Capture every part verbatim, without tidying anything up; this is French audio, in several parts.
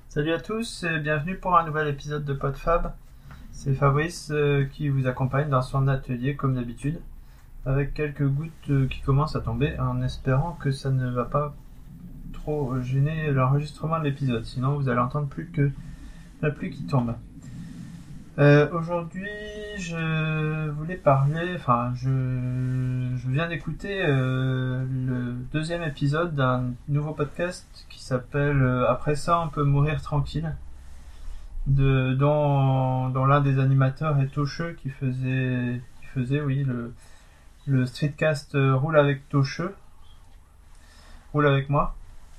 Salut à tous et bienvenue pour un nouvel épisode de PodFab. C'est Fabrice euh, qui vous accompagne dans son atelier comme d'habitude, avec quelques gouttes euh, qui commencent à tomber, en espérant que ça ne va pas trop gêner l'enregistrement de l'épisode, sinon vous allez entendre plus que la pluie qui tombe. Euh, aujourd'hui, je voulais parler, enfin, je, je viens d'écouter euh, le deuxième épisode d'un nouveau podcast qui s'appelle euh, Après ça, on peut mourir tranquille, de, dont, dont l'un des animateurs est Tocheux qui faisait, qui faisait, oui, le, le streetcast euh, Roule avec Tocheux, Roule avec moi.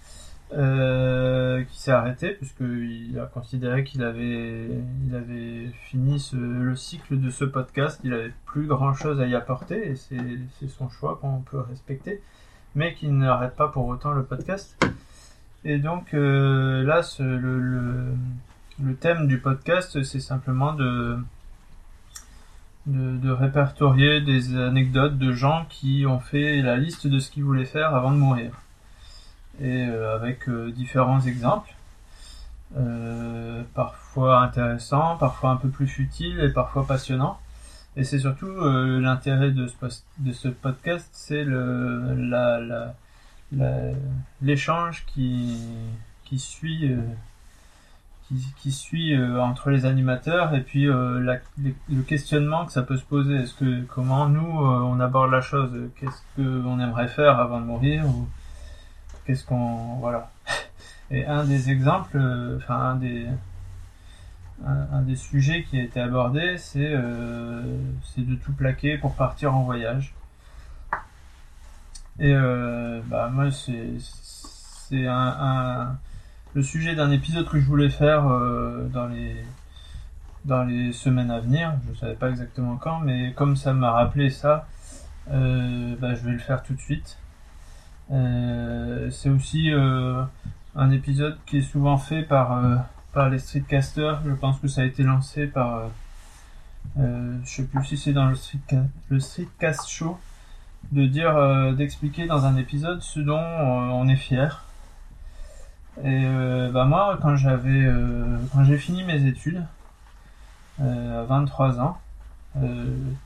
Euh, qui s'est arrêté puisqu'il a considéré qu'il avait, il avait fini ce, le cycle de ce podcast, il avait plus grand chose à y apporter et c'est, c'est son choix qu'on peut respecter, mais qu'il n'arrête pas pour autant le podcast. Et donc euh, là, ce, le, le, le thème du podcast, c'est simplement de, de, de répertorier des anecdotes de gens qui ont fait la liste de ce qu'ils voulaient faire avant de mourir. Et euh, avec euh, différents exemples, euh, parfois intéressants, parfois un peu plus futiles et parfois passionnants. Et c'est surtout euh, l'intérêt de ce, post- de ce podcast, c'est le, la, la, la, l'échange qui, qui suit, euh, qui, qui suit euh, entre les animateurs et puis euh, la, les, le questionnement que ça peut se poser. Est-ce que comment nous euh, on aborde la chose, qu'est-ce qu'on aimerait faire avant de mourir ou qu'est-ce qu'on voilà. Et un des exemples, euh, enfin un des un, un des sujets qui a été abordé, c'est euh, c'est de tout plaquer pour partir en voyage. Et euh, bah moi c'est c'est un, un le sujet d'un épisode que je voulais faire euh, dans les dans les semaines à venir. Je savais pas exactement quand, mais comme ça m'a rappelé ça, euh, bah je vais le faire tout de suite. Euh, c'est aussi euh, un épisode qui est souvent fait par euh, par les streetcasters. Je pense que ça a été lancé par euh, euh, je sais plus si c'est dans le streetcast, le streetcast show, de dire euh, d'expliquer dans un épisode ce dont euh, on est fier. Et euh, bah moi quand j'avais euh, quand j'ai fini mes études euh, à vingt-trois ans, euh,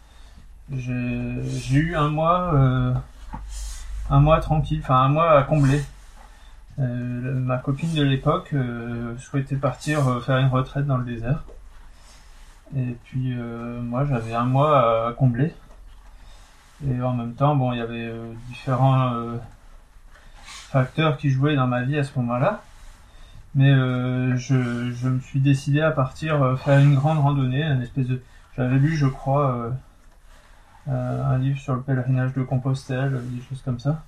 j'ai, j'ai eu un mois euh, un mois tranquille, enfin un mois à combler. Euh, ma copine de l'époque euh, souhaitait partir euh, faire une retraite dans le désert. Et puis euh, moi j'avais un mois à combler. Et en même temps, bon, il y avait euh, différents euh, facteurs qui jouaient dans ma vie à ce moment-là. Mais euh, je, je me suis décidé à partir euh, faire une grande randonnée, une espèce de... J'avais lu, je crois, euh, euh, un livre sur le pèlerinage de Compostelle, des choses comme ça.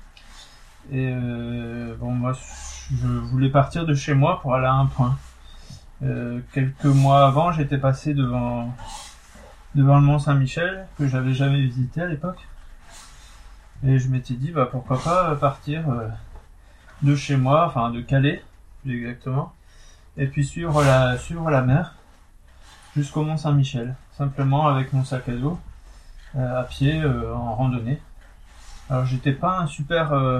Et euh, bon, moi, je voulais partir de chez moi pour aller à un point. Euh, quelques mois avant, j'étais passé devant devant le Mont Saint-Michel, que j'avais jamais visité à l'époque. Et je m'étais dit, bah pourquoi pas partir euh, de chez moi, enfin de Calais, plus exactement, et puis suivre la suivre la mer jusqu'au Mont Saint-Michel, simplement avec mon sac à dos, euh, à pied, euh, en randonnée. Alors j'étais pas un super euh,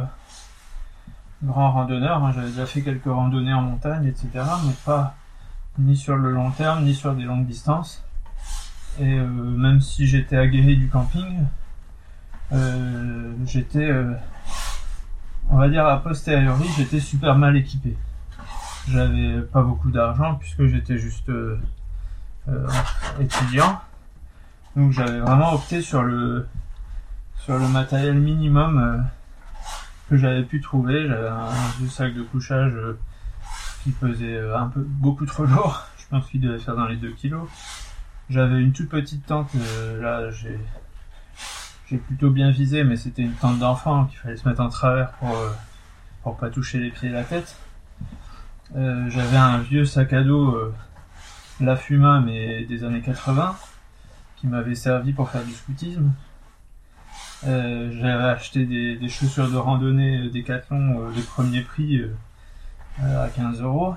grand randonneur, hein, j'avais déjà fait quelques randonnées en montagne, et cetera, mais pas ni sur le long terme, ni sur des longues distances. Et euh, même si j'étais aguerri du camping, euh, j'étais, euh, on va dire a posteriori, j'étais super mal équipé. J'avais pas beaucoup d'argent puisque j'étais juste euh, euh, étudiant, donc j'avais vraiment opté sur le sur le matériel minimum euh, que j'avais pu trouver. J'avais un, un vieux sac de couchage euh, qui pesait euh, un peu beaucoup trop lourd. Je pense qu'il devait faire dans les deux kilos. J'avais une toute petite tente, euh, là j'ai j'ai plutôt bien visé, mais c'était une tente d'enfant qu'il fallait se mettre en travers pour euh, pour pas toucher les pieds et la tête. Euh, j'avais un vieux sac à dos euh, La Fuma, mais des années quatre-vingts, qui m'avait servi pour faire du scoutisme. Euh, j'avais acheté des, des chaussures de randonnée euh, Decathlon euh, de premier prix euh, euh, à quinze euros.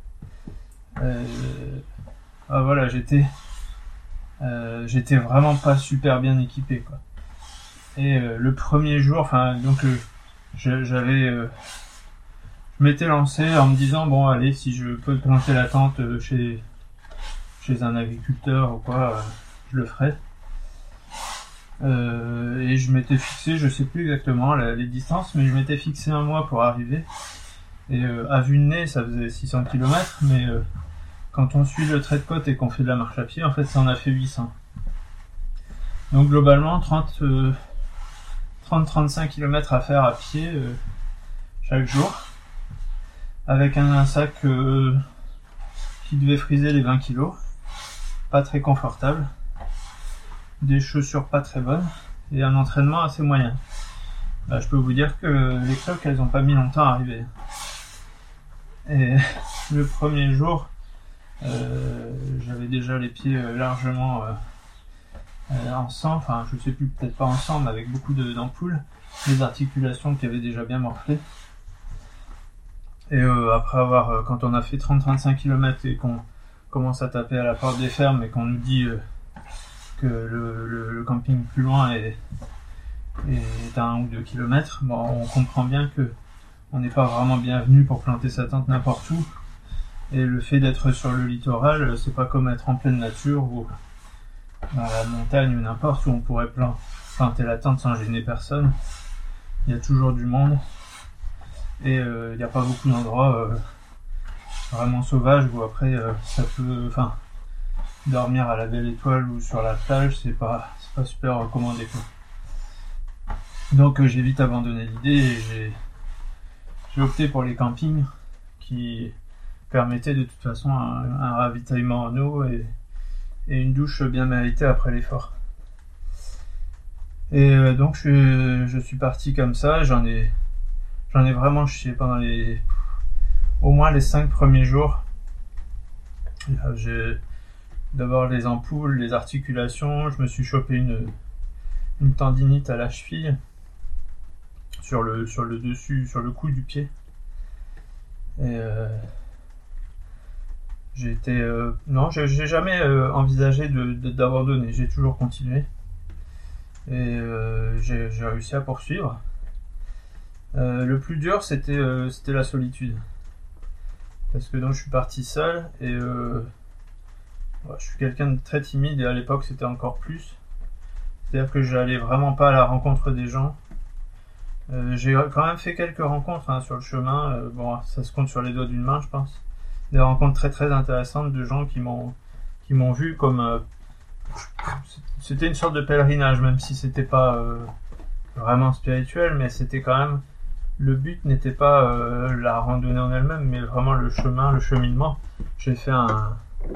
Euh, ah, voilà, j'étais euh, j'étais vraiment pas super bien équipé, quoi. Et euh, le premier jour, enfin donc euh, je, j'avais euh, je m'étais lancé en me disant bon allez, si je peux planter la tente chez chez un agriculteur ou quoi, euh, je le ferai. Euh, et je m'étais fixé, je sais plus exactement la, les distances, mais je m'étais fixé un mois pour arriver. Et euh, à vue de nez, ça faisait six cents kilomètres, mais euh, quand on suit le trait de côte et qu'on fait de la marche à pied, en fait, ça en a fait huit cents. Donc globalement, trente à trente-cinq kilomètres à faire à pied euh, chaque jour, avec un, un sac euh, qui devait friser les vingt kilos, pas très confortable, des chaussures pas très bonnes, et un entraînement assez moyen. Bah, je peux vous dire que les cloques, elles ont pas mis longtemps à arriver. Et le premier jour, euh, j'avais déjà les pieds largement euh, euh, en sang, enfin je sais plus, peut-être pas en sang, mais avec beaucoup de, d'ampoules, les articulations qui avaient déjà bien morflé. Et euh, après avoir, euh, quand on a fait trente à trente-cinq kilomètres et qu'on commence à taper à la porte des fermes et qu'on nous dit euh, que le, le, le camping plus loin est, est à un ou deux kilomètres, bon, on comprend bien que on n'est pas vraiment bienvenu pour planter sa tente n'importe où. Et le fait d'être sur le littoral, c'est pas comme être en pleine nature ou dans la montagne ou n'importe où on pourrait planter la tente sans gêner personne. Il y a toujours du monde et euh, il n'y a pas beaucoup d'endroits euh, vraiment sauvages où après euh, ça peut, enfin, dormir à la belle étoile ou sur la plage, c'est pas, c'est pas super recommandé quoi. Donc euh, j'ai vite abandonné l'idée et j'ai, j'ai opté pour les campings qui permettaient de toute façon un, un ravitaillement en eau et, et une douche bien méritée après l'effort. Et euh, donc je, je suis parti comme ça, j'en ai, j'en ai vraiment chié pendant les, au moins les cinq premiers jours. J'ai d'abord les ampoules, les articulations, je me suis chopé une, une tendinite à la cheville, sur le, sur le dessus, sur le cou du pied. Et euh, j'ai été, euh, non, j'ai, j'ai jamais euh, envisagé de, de, d'abandonner, j'ai toujours continué. Et euh, j'ai, j'ai réussi à poursuivre. Euh, le plus dur, c'était, euh, c'était la solitude. Parce que donc je suis parti seul et euh, ouais, je suis quelqu'un de très timide et à l'époque c'était encore plus. C'est-à-dire que j'allais vraiment pas à la rencontre des gens. Euh, j'ai quand même fait quelques rencontres hein, sur le chemin. Euh, bon, ça se compte sur les doigts d'une main, je pense. Des rencontres très très intéressantes de gens qui m'ont qui m'ont vu comme euh, c'était une sorte de pèlerinage, même si c'était pas euh, vraiment spirituel, mais c'était quand même, le but n'était pas euh, la randonnée en elle-même, mais vraiment le chemin, le cheminement. J'ai fait un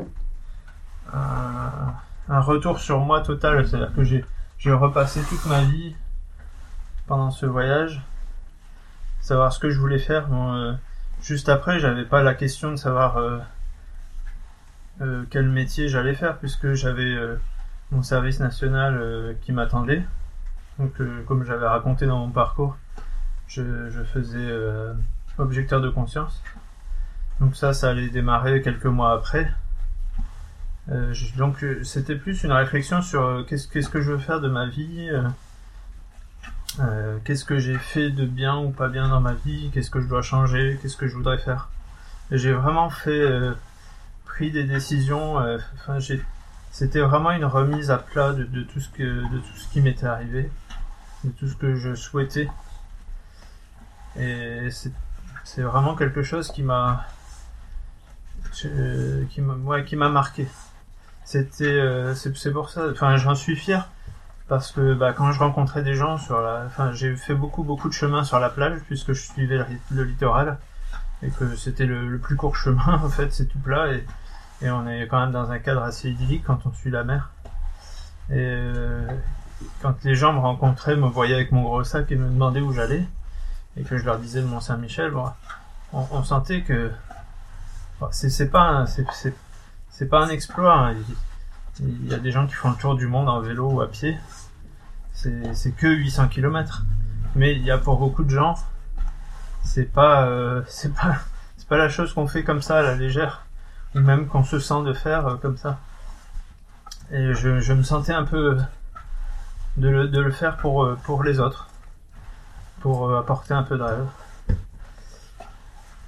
un, un retour sur moi total, c'est-à-dire que j'ai j'ai repassé toute ma vie pendant ce voyage, savoir ce que je voulais faire. Bon, euh, juste après, j'avais pas la question de savoir euh, euh, quel métier j'allais faire, puisque j'avais euh, mon service national euh, qui m'attendait. Donc, euh, comme j'avais raconté dans mon parcours, je, je faisais euh, objecteur de conscience. Donc ça, ça allait démarrer quelques mois après. Euh, je, donc, euh, c'était plus une réflexion sur euh, qu'est-ce, qu'est-ce que je veux faire de ma vie. Euh, Euh, qu'est-ce que j'ai fait de bien ou pas bien dans ma vie, qu'est-ce que je dois changer, qu'est-ce que je voudrais faire. Et j'ai vraiment fait, euh, pris des décisions, euh, enfin, j'ai, c'était vraiment une remise à plat de, de tout ce que, de tout ce qui m'était arrivé, de tout ce que je souhaitais. Et c'est, c'est vraiment quelque chose qui m'a, euh, qui m'a, ouais, qui m'a marqué. C'était, euh, c'est, c'est pour ça, enfin, j'en suis fier. Parce que bah, quand je rencontrais des gens sur la, enfin j'ai fait beaucoup beaucoup de chemin sur la plage puisque je suivais le, le littoral et que c'était le, le plus court chemin en fait, c'est tout plat et, et on est quand même dans un cadre assez idyllique quand on suit la mer. Et euh, quand les gens me rencontraient, me voyaient avec mon gros sac et me demandaient où j'allais et que je leur disais le Mont-Saint-Michel, bon, on, on sentait que bon, c'est, c'est pas un, c'est, c'est, c'est pas un exploit. Hein. Il, il y a des gens qui font le tour du monde en vélo ou à pied. C'est, c'est que huit cents kilomètres. Mais il y a pour beaucoup de gens, c'est pas, euh, c'est pas, c'est pas la chose qu'on fait comme ça à la légère, ou même qu'on se sent de faire euh, comme ça. Et je, je me sentais un peu de le, de le faire pour, pour les autres, pour apporter un peu de rêve.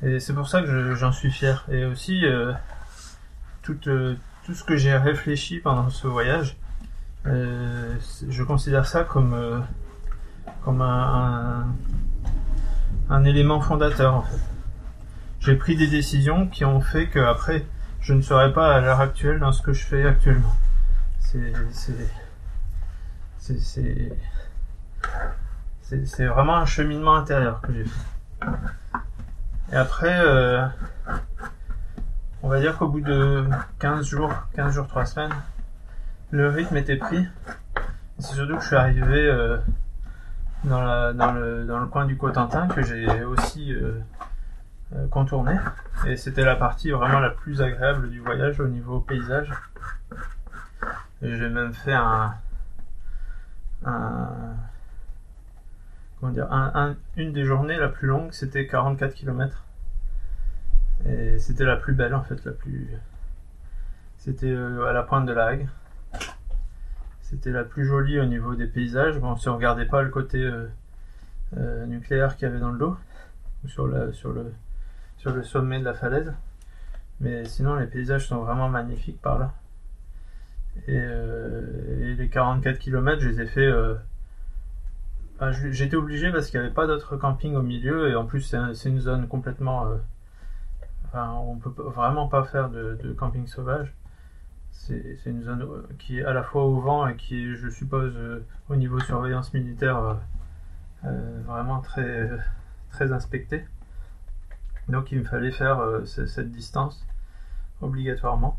Et c'est pour ça que je, j'en suis fier. Et aussi, euh, tout, euh, tout ce que j'ai réfléchi pendant ce voyage, euh, je considère ça comme, euh, comme un, un, un élément fondateur, en fait. J'ai pris des décisions qui ont fait qu'après, je ne serais pas à l'heure actuelle dans ce que je fais actuellement. C'est, c'est, c'est, c'est, c'est, c'est vraiment un cheminement intérieur que j'ai fait. Et après, euh, on va dire qu'au bout de quinze jours, quinze jours, trois semaines, le rythme était pris. C'est surtout que je suis arrivé euh, dans, la, dans, le, dans le coin du Cotentin que j'ai aussi euh, euh, contourné. Et c'était la partie vraiment la plus agréable du voyage au niveau paysage. Et j'ai même fait un, un comment dire, un, un, une des journées la plus longue, c'était quarante-quatre kilomètres. Et c'était la plus belle en fait, la plus. C'était euh, à la pointe de la Hague. C'était la plus jolie au niveau des paysages. Bon, si on regardait pas le côté euh, euh, nucléaire qu'il y avait dans le dos, sur, la, sur, le, sur le sommet de la falaise. Mais sinon, les paysages sont vraiment magnifiques par là. Et, euh, et les quarante-quatre kilomètres, je les ai fait. Euh, enfin, j'étais obligé parce qu'il n'y avait pas d'autres campings au milieu. Et en plus, c'est, un, c'est une zone complètement. Euh, enfin, on peut vraiment pas faire de, de camping sauvage. C'est, c'est une zone qui est à la fois au vent et qui est, je suppose, euh, au niveau surveillance militaire, euh, euh, vraiment très, très inspectée. Donc il me fallait faire euh, c- cette distance obligatoirement.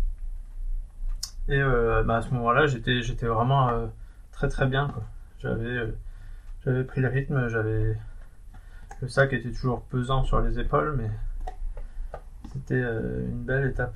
Et euh, bah, à ce moment-là, j'étais, j'étais vraiment euh, très très bien, quoi. J'avais, euh, j'avais pris le rythme, j'avais le sac était toujours pesant sur les épaules, mais c'était euh, une belle étape.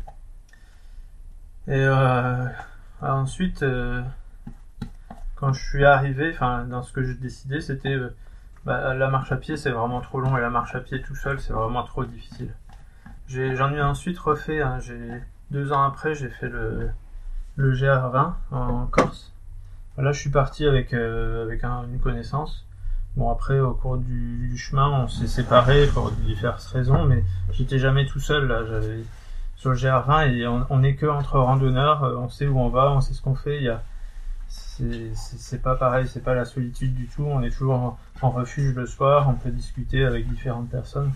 Et euh, ensuite, euh, quand je suis arrivé, enfin dans ce que j'ai décidé, c'était euh, bah, la marche à pied, c'est vraiment trop long et la marche à pied tout seul, c'est vraiment trop difficile. J'ai, j'en ai ensuite refait, hein, j'ai deux ans après, j'ai fait le le G R vingt en Corse. Là, je suis parti avec euh, avec un, une connaissance. Bon, après, au cours du, du chemin, on s'est séparés pour diverses raisons, mais j'étais jamais tout seul là. J'avais sur le G R vingt et on, on est que entre randonneurs, on sait où on va, on sait ce qu'on fait. Il y a, c'est, c'est, c'est pas pareil, c'est pas la solitude du tout. On est toujours en, en refuge le soir, on peut discuter avec différentes personnes.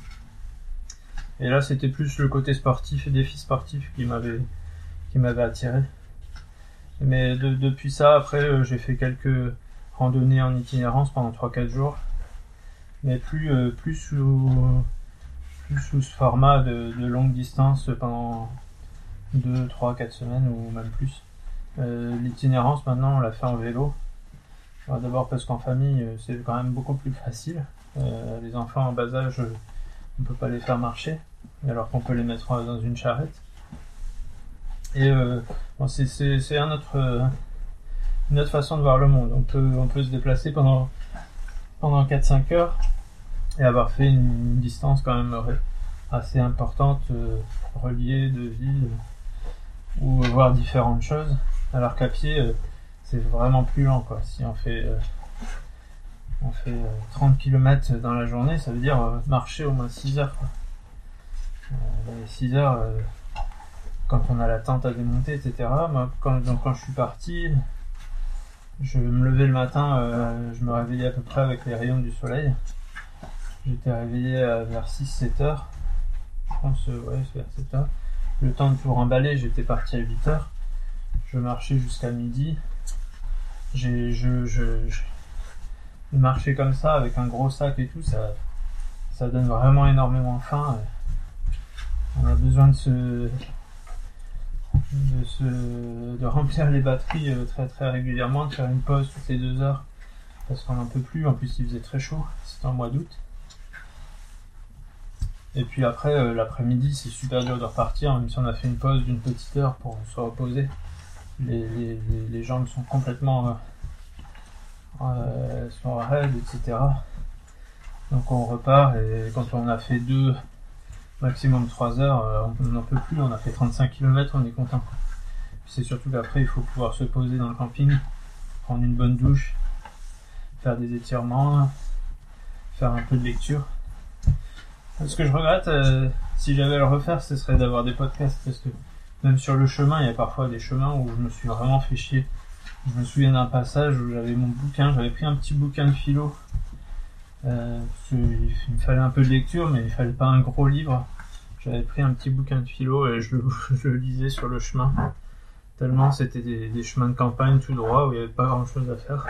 Et là, c'était plus le côté sportif et défi sportif qui m'avait qui m'avait attiré. Mais de, depuis ça, après, euh, j'ai fait quelques randonnées en itinérance pendant trois quatre jours, mais plus euh, plus sous plus sous ce format de, de longue distance pendant deux trois quatre semaines ou même plus. Euh, l'itinérance, maintenant, on la fait en vélo. Alors, d'abord parce qu'en famille, c'est quand même beaucoup plus facile. Euh, les enfants en bas âge, on peut pas les faire marcher, alors qu'on peut les mettre dans une charrette. Et euh, bon, c'est, c'est, c'est un autre, euh, une autre façon de voir le monde. On peut, on peut se déplacer pendant, pendant quatre cinq heures et avoir fait une, une distance quand même assez importante, euh, reliée de ville, euh, ou voir différentes choses. Alors qu'à pied, euh, c'est vraiment plus lent, quoi. Si on fait, euh, on fait euh, trente kilomètres dans la journée, ça veut dire euh, marcher au moins six heures, quoi. Euh, les six heures, euh, quand on a la tente à démonter, et cetera. Moi, quand, donc, quand je suis parti, je me levais le matin, euh, je me réveillais à peu près avec les rayons du soleil. J'étais réveillé à vers six sept heures. Je pense, euh, ouais, c'est vers sept heures. Le temps de tout remballer, j'étais parti à huit heures. Je marchais jusqu'à midi. J'ai, je, je, je marchais comme ça, avec un gros sac et tout, ça, ça donne vraiment énormément faim. On a besoin de se... De, se, de remplir les batteries euh, très très régulièrement, de faire une pause toutes les deux heures parce qu'on n'en peut plus. En plus, il faisait très chaud, c'était en mois d'août. Et puis après, euh, l'après-midi, c'est super dur de repartir, même si on a fait une pause d'une petite heure pour se reposer. Les, les, les, les jambes sont complètement euh, euh, sont raides, et cetera. Donc on repart et quand on a fait deux maximum trois heures, on n'en peut plus, on a fait trente-cinq kilomètres, on est content. Puis c'est surtout qu'après, il faut pouvoir se poser dans le camping, prendre une bonne douche, faire des étirements, faire un peu de lecture. Ce que je regrette, euh, si j'avais à le refaire, ce serait d'avoir des podcasts, parce que même sur le chemin, il y a parfois des chemins où je me suis vraiment fait chier. Je me souviens d'un passage où j'avais mon bouquin, j'avais pris un petit bouquin de philo. Euh, parce que il me fallait un peu de lecture, mais il fallait pas un gros livre. J'avais pris un petit bouquin de philo et je le, je le lisais sur le chemin. Tellement c'était des, des chemins de campagne tout droit où il n'y avait pas grand chose à faire.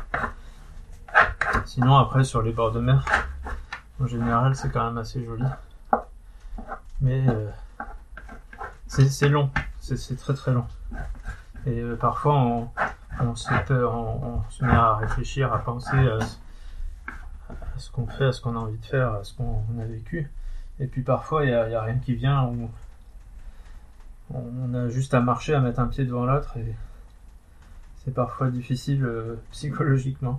Sinon après sur les bords de mer, en général c'est quand même assez joli. Mais euh, c'est, c'est long, c'est, c'est très très long. Et euh, parfois on, on, se fait, on, on se met à réfléchir, à penser à, à ce qu'on fait, à ce qu'on a envie de faire, à ce qu'on a vécu. Et puis parfois il n'y a, y a rien qui vient, où on a juste à marcher, à mettre un pied devant l'autre, et c'est parfois difficile euh, psychologiquement.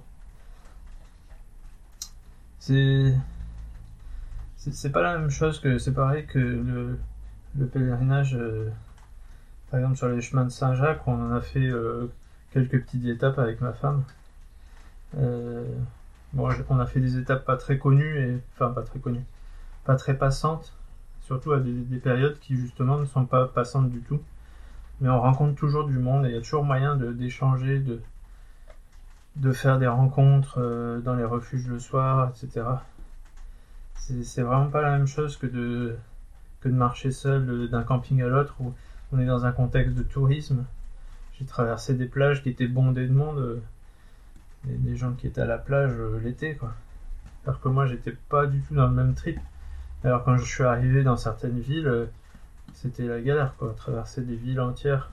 C'est... c'est c'est pas la même chose, que c'est pareil que le, le pèlerinage, euh, par exemple sur les chemins de Saint-Jacques, où on en a fait euh, quelques petites étapes avec ma femme. Euh, bon, on a fait des étapes pas très connues, et enfin pas très connues, pas très passantes, surtout à des, des périodes qui justement ne sont pas passantes du tout. Mais on rencontre toujours du monde et il y a toujours moyen de, d'échanger, de, de faire des rencontres euh, dans les refuges le soir, et cetera. C'est, c'est vraiment pas la même chose que de, que de marcher seul de, d'un camping à l'autre où on est dans un contexte de tourisme. J'ai traversé des plages qui étaient bondées de monde, euh, et des gens qui étaient à la plage euh, l'été, quoi. Alors que moi j'étais pas du tout dans le même trip. Alors quand je suis arrivé dans certaines villes, euh, c'était la galère, quoi. Traverser des villes entières,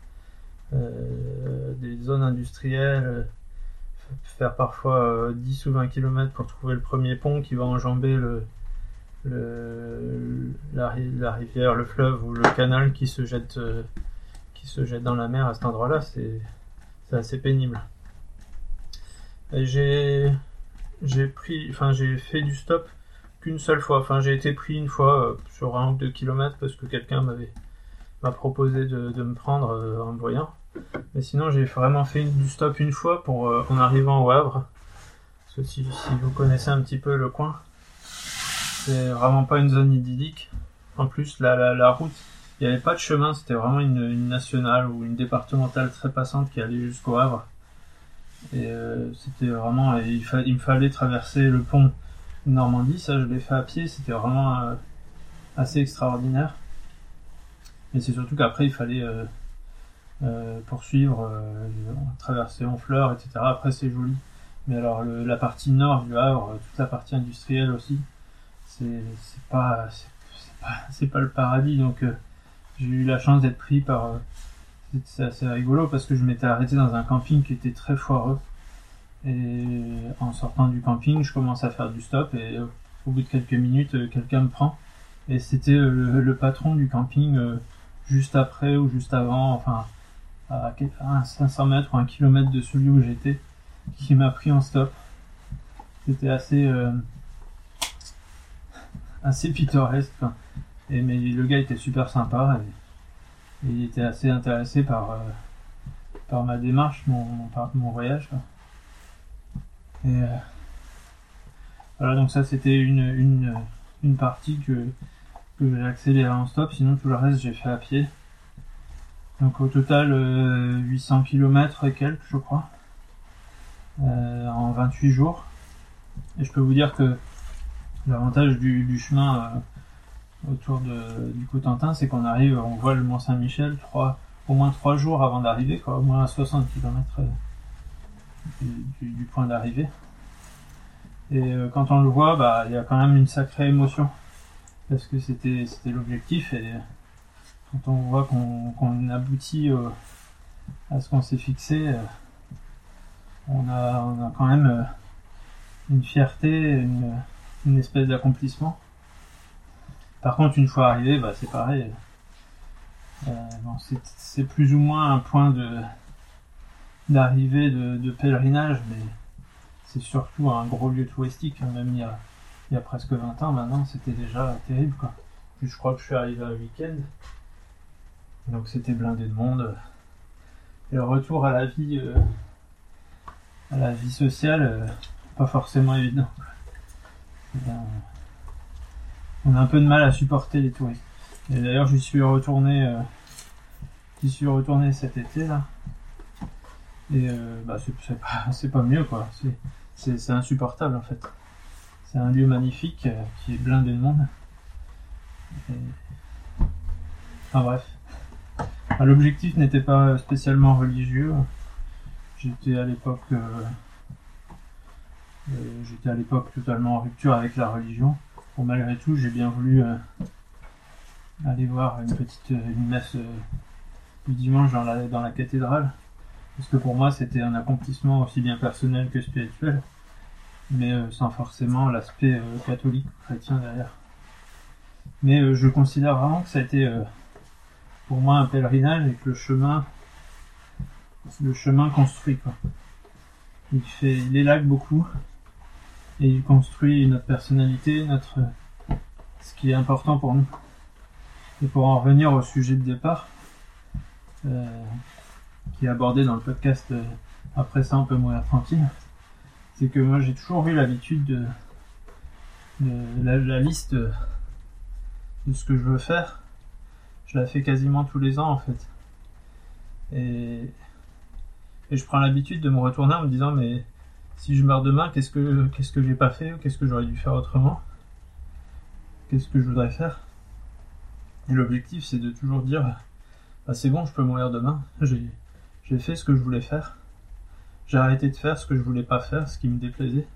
euh, des zones industrielles, euh, faire parfois euh, dix ou vingt kilomètres pour trouver le premier pont qui va enjamber le, le, la, la rivière, le fleuve ou le canal qui se jette, euh, qui se jette dans la mer à cet endroit-là. C'est, c'est assez pénible. Et j'ai, j'ai pris, enfin j'ai fait du stop qu'une seule fois. Enfin, j'ai été pris une fois euh, sur un ou deux kilomètres parce que quelqu'un m'avait m'a proposé de, de me prendre euh, en me voyant. Mais sinon, j'ai vraiment fait une, du stop une fois pour euh, en arrivant au Havre. Parce que si, si vous connaissez un petit peu le coin, c'est vraiment pas une zone idyllique. En plus, la, la, la route, il n'y avait pas de chemin, c'était vraiment une, une nationale ou une départementale très passante qui allait jusqu'au Havre. Et euh, c'était vraiment, il, fa, il me fallait traverser le pont Normandie, ça je l'ai fait à pied, c'était vraiment euh, assez extraordinaire. Et c'est surtout qu'après il fallait euh, euh, poursuivre, euh, traverser Honfleur, et cetera. Après c'est joli. Mais alors le, la partie nord du Havre, toute la partie industrielle aussi, c'est, c'est pas c'est, c'est pas c'est pas le paradis. Donc euh, j'ai eu la chance d'être pris par euh, c'est, c'est assez rigolo parce que je m'étais arrêté dans un camping qui était très foireux. Et en sortant du camping, je commence à faire du stop et euh, au bout de quelques minutes, euh, quelqu'un me prend. Et c'était euh, le, le patron du camping euh, juste après ou juste avant, enfin à, à cinq cents mètres ou un kilomètre de celui où j'étais, qui m'a pris en stop. C'était assez euh, assez pittoresque. Enfin. Et mais le gars était super sympa et, et il était assez intéressé par euh, par ma démarche, mon mon, mon voyage. Quoi. Et euh, voilà, donc ça c'était une, une, une partie que, que j'ai accéléré en stop, sinon tout le reste j'ai fait à pied. Donc au total euh, huit cents kilomètres et quelques je crois, euh, en vingt-huit jours. Et je peux vous dire que l'avantage du, du chemin euh, autour de, du Cotentin, c'est qu'on arrive, on voit le Mont Saint-Michel trois, au moins trois jours avant d'arriver, quoi, au moins à soixante kilomètres euh, du, du, du point d'arrivée. Et euh, quand on le voit, bah, il y a quand même une sacrée émotion. Parce que c'était, c'était l'objectif. Et quand on voit qu'on, qu'on aboutit euh, à ce qu'on s'est fixé, euh, on, a, on a quand même euh, une fierté, une, une espèce d'accomplissement. Par contre, une fois arrivé, bah, c'est pareil. Euh, bon, c'est, c'est plus ou moins un point de, d'arrivée de, de pèlerinage, mais c'est surtout un gros lieu touristique, même il y a, il y a presque vingt ans maintenant, c'était déjà terrible, quoi. Puis je crois que je suis arrivé un week-end, donc c'était blindé de monde. Et le retour à la vie, euh, à la vie sociale, euh, pas forcément évident. Et, euh, on a un peu de mal à supporter les touristes. Et d'ailleurs, j'y suis retourné, euh, j'y suis retourné cet été là. Et euh, bah c'est, c'est pas, c'est pas mieux quoi. C'est, c'est, c'est insupportable en fait. C'est un lieu magnifique euh, qui est blindé de monde. Et... Enfin bref. Enfin, l'objectif n'était pas spécialement religieux. J'étais à l'époque, euh, euh, j'étais à l'époque totalement en rupture avec la religion. Bon, malgré tout, j'ai bien voulu euh, aller voir une petite une messe euh, du dimanche dans la, dans la cathédrale. Parce que pour moi, c'était un accomplissement aussi bien personnel que spirituel, mais euh, sans forcément l'aspect euh, catholique ou chrétien derrière. Mais euh, je considère vraiment que ça a été euh, pour moi un pèlerinage et que le chemin, le chemin construit quoi. Il fait, il élague beaucoup et il construit notre personnalité, notre, ce qui est important pour nous. Et pour en revenir au sujet de départ, euh, qui est abordé dans le podcast euh, Après ça on peut mourir tranquille, c'est que moi j'ai toujours eu l'habitude de, de la, la liste de, de ce que je veux faire, je la fais quasiment tous les ans en fait. Et, et je prends l'habitude de me retourner en me disant mais si je meurs demain, qu'est-ce que, qu'est-ce que j'ai pas fait, ou qu'est-ce que j'aurais dû faire autrement, qu'est-ce que je voudrais faire. Et l'objectif c'est de toujours dire bah, c'est bon, je peux mourir demain, j'ai J'ai fait ce que je voulais faire. J'ai arrêté de faire ce que je voulais pas faire, ce qui me déplaisait.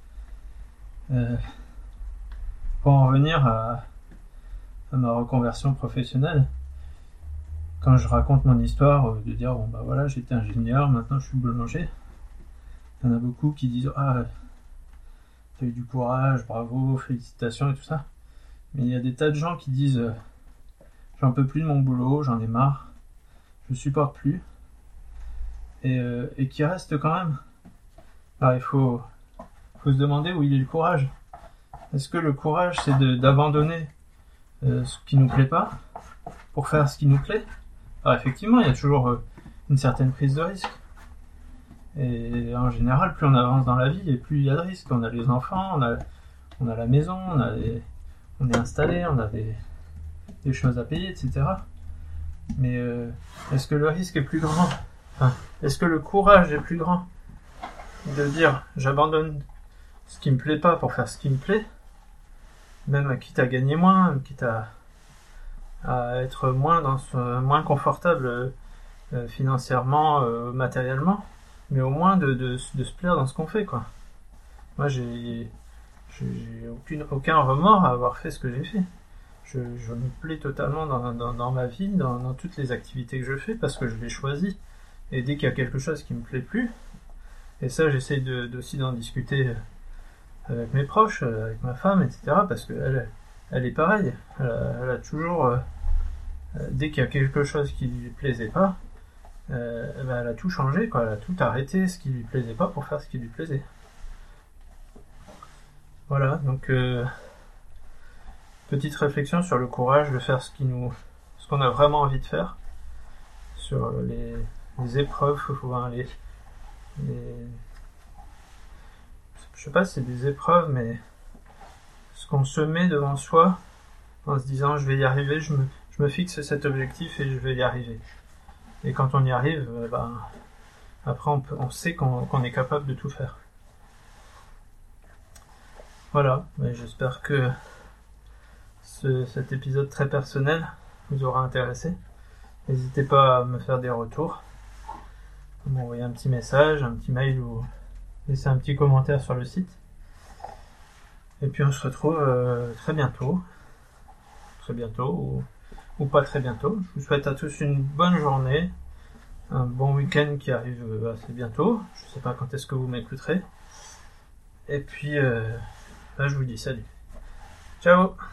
Euh, pour en revenir à, à ma reconversion professionnelle, quand je raconte mon histoire, euh, de dire bon bah voilà, j'étais ingénieur, maintenant je suis boulanger, il y en a beaucoup qui disent ah t'as eu du courage, bravo, félicitations et tout ça. Mais il y a des tas de gens qui disent euh, j'en peux plus de mon boulot, j'en ai marre, je supporte plus. Et, euh, et qui reste quand même. Alors, il faut, faut se demander où il est le courage. Est-ce que le courage, c'est de, d'abandonner euh, ce qui nous plaît pas pour faire ce qui nous plaît? Alors effectivement, il y a toujours euh, une certaine prise de risque. Et en général, plus on avance dans la vie, et plus il y a de risques. On a les enfants, on a, on a la maison, on, a les, on est installé, on a des, des choses à payer, et cetera. Mais euh, est-ce que le risque est plus grand? Enfin, est-ce que le courage est plus grand de dire j'abandonne ce qui me plaît pas pour faire ce qui me plaît, même quitte à gagner moins, quitte à, à être moins dans ce, moins confortable euh, financièrement, euh, matériellement, mais au moins de, de, de se plaire dans ce qu'on fait quoi. Moi j'ai, j'ai aucune, aucun remords à avoir fait ce que j'ai fait. Je, je me plais totalement dans, dans, dans ma vie, dans, dans toutes les activités que je fais parce que je l'ai choisi. Et dès qu'il y a quelque chose qui me plaît plus, et ça j'essaie de, aussi d'en discuter avec mes proches, avec ma femme, et cetera. Parce qu'elle elle est pareille, elle a, elle a toujours, euh, dès qu'il y a quelque chose qui lui plaisait pas, euh, ben elle a tout changé, quoi. Elle a tout arrêté ce qui lui plaisait pas pour faire ce qui lui plaisait. Voilà, donc euh, petite réflexion sur le courage de faire ce qui nous, ce qu'on a vraiment envie de faire, sur les les épreuves, enfin, les, les... je sais pas si c'est des épreuves, mais ce qu'on se met devant soi en se disant je vais y arriver, je me, je me fixe cet objectif et je vais y arriver. Et quand on y arrive, ben, après on, peut, on sait qu'on, qu'on est capable de tout faire. Voilà, mais j'espère que ce, cet épisode très personnel vous aura intéressé. N'hésitez pas à me faire des retours. M'envoyer un petit message, un petit mail ou laisser un petit commentaire sur le site. Et puis on se retrouve euh, très bientôt. Très bientôt ou, ou pas très bientôt. Je vous souhaite à tous une bonne journée, un bon week-end qui arrive assez bientôt. Je sais pas quand est-ce que vous m'écouterez. Et puis euh, là je vous dis salut. Ciao.